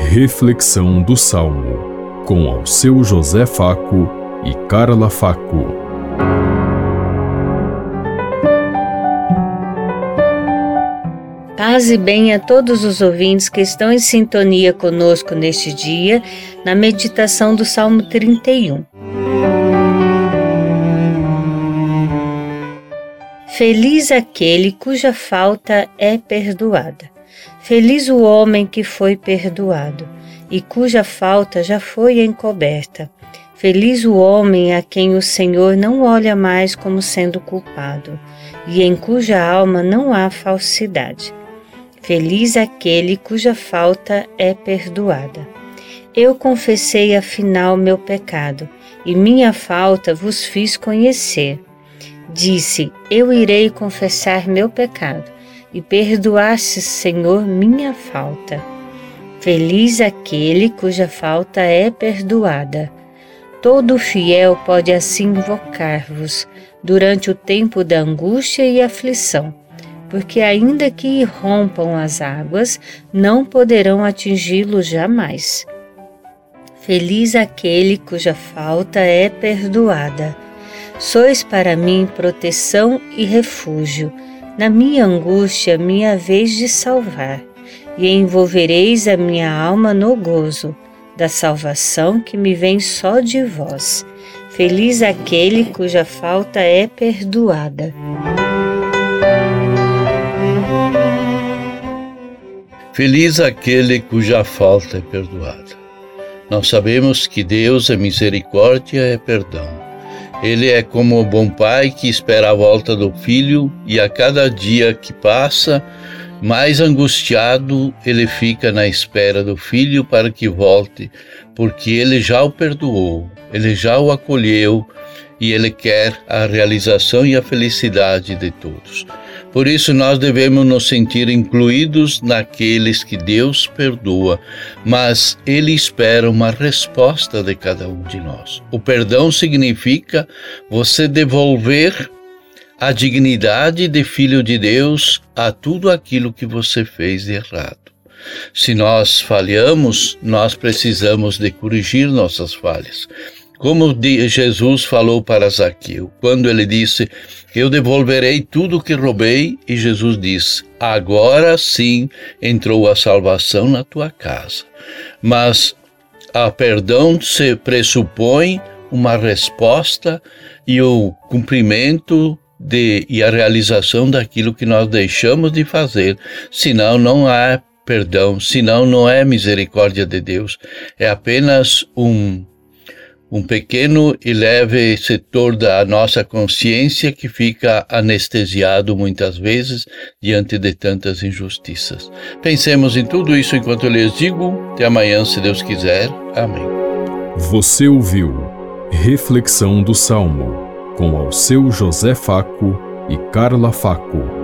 Reflexão do Salmo, com Alceu José Faco e Carla Faco. Paz e bem a todos os ouvintes que estão em sintonia conosco neste dia, na meditação do Salmo 31. Feliz aquele cuja falta é perdoada. Feliz o homem que foi perdoado e cuja falta já foi encoberta. Feliz o homem a quem o Senhor não olha mais como sendo culpado e em cuja alma não há falsidade. Feliz aquele cuja falta é perdoada. Eu confessei afinal meu pecado e minha falta vos fiz conhecer. Disse, eu irei confessar meu pecado e perdoaste, Senhor, minha falta. Feliz aquele cuja falta é perdoada. Todo fiel pode assim invocar-vos durante o tempo da angústia e aflição, porque ainda que irrompam as águas, não poderão atingi-lo jamais. Feliz aquele cuja falta é perdoada. Sois para mim proteção e refúgio. Na minha angústia, minha vez de salvar, e envolvereis a minha alma no gozo da salvação que me vem só de vós. Feliz aquele cuja falta é perdoada. Feliz aquele cuja falta é perdoada. Nós sabemos que Deus é misericórdia, é perdão. Ele é como o bom pai que espera a volta do filho e a cada dia que passa, mais angustiado ele fica na espera do filho para que volte, porque ele já o perdoou, ele já o acolheu e ele quer a realização e a felicidade de todos. Por isso nós devemos nos sentir incluídos naqueles que Deus perdoa, mas Ele espera uma resposta de cada um de nós. O perdão significa você devolver a dignidade de filho de Deus a tudo aquilo que você fez de errado. Se nós falhamos, nós precisamos de corrigir nossas falhas. Como Jesus falou para Zaqueu, quando ele disse, eu devolverei tudo o que roubei, e Jesus disse, agora sim entrou a salvação na tua casa. Mas a perdão se pressupõe uma resposta e o cumprimento e a realização daquilo que nós deixamos de fazer, senão não há perdão, senão não é misericórdia de Deus, é apenas um pequeno e leve setor da nossa consciência que fica anestesiado muitas vezes diante de tantas injustiças. Pensemos em tudo isso enquanto eu lhes digo. Até amanhã, se Deus quiser. Amém. Você ouviu Reflexão do Salmo, com Alceu José Faco e Carla Faco.